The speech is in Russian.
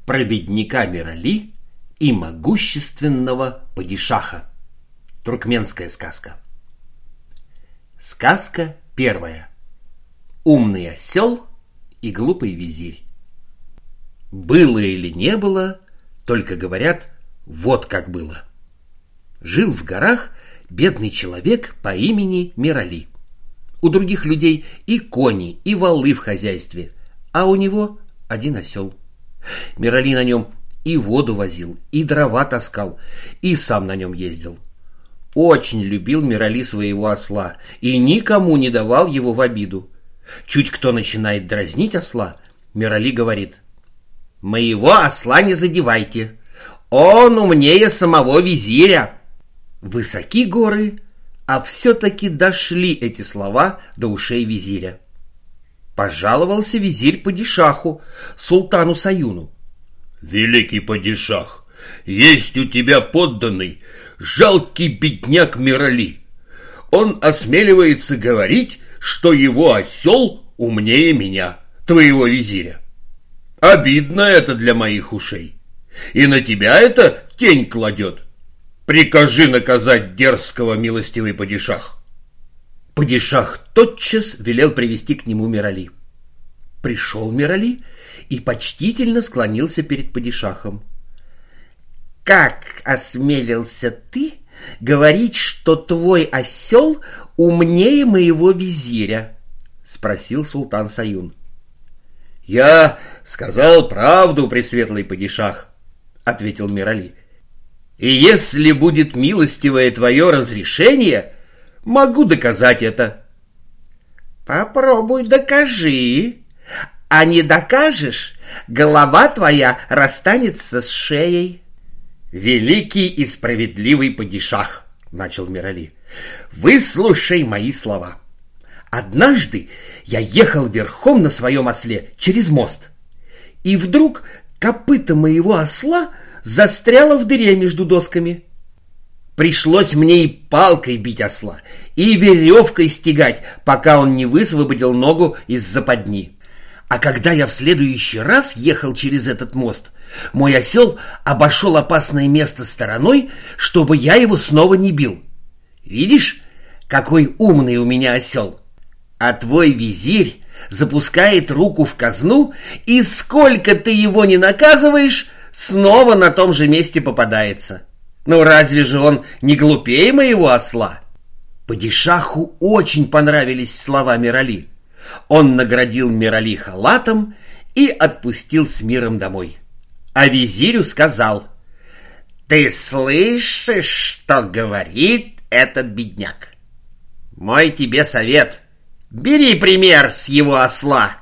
про бедняка Мирали и могущественного падишаха. Туркменская сказка. Сказка первая. Умный осел и глупый визирь. Было или не было, только говорят, вот как было. Жил в горах бедный человек по имени Мирали. У других людей и кони, и волы в хозяйстве, а у него один осел. Мирали на нем и воду возил, и дрова таскал, и сам на нем ездил. Очень любил Мирали своего осла и никому не давал его в обиду. Чуть кто начинает дразнить осла, Мирали говорит: «Моего осла не задевайте, он умнее самого визиря». Высоки горы, а все-таки дошли эти слова до ушей визиря. Пожаловался визирь падишаху, султану Саюну. «Великий падишах, есть у тебя подданный, жалкий бедняк Мирали. Он осмеливается говорить, что его осел умнее меня, твоего визиря. Обидно это для моих ушей, и на тебя это тень кладет. Прикажи наказать дерзкого, милостивый падишах». Падишах тотчас велел привести к нему Мирали. Пришел Мирали и почтительно склонился перед падишахом. «Как осмелился ты говорить, что твой осел умнее моего визиря?» — спросил султан Саюн. «Я сказал правду, пресветлый падишах», — ответил Мирали. «И если будет милостивое твое разрешение, могу доказать это». «Попробуй докажи, а не докажешь, голова твоя расстанется с шеей». «Великий и справедливый падишах», — начал Мирали, — «выслушай мои слова. Однажды я ехал верхом на своем осле через мост, и вдруг копыто моего осла застряло в дыре между досками. Пришлось мне и палкой бить осла, и веревкой стегать, пока он не высвободил ногу из западни. А когда я в следующий раз ехал через этот мост, мой осел обошел опасное место стороной, чтобы я его снова не бил. Видишь, какой умный у меня осел? А твой визирь запускает руку в казну, и сколько ты его не наказываешь, снова на том же месте попадается. Ну разве же он не глупее моего осла?» Падишаху очень понравились слова Мирали. Он наградил Мирали халатом и отпустил с миром домой. А визирю сказал: «Ты слышишь, что говорит этот бедняк? Мой тебе совет: бери пример с его осла.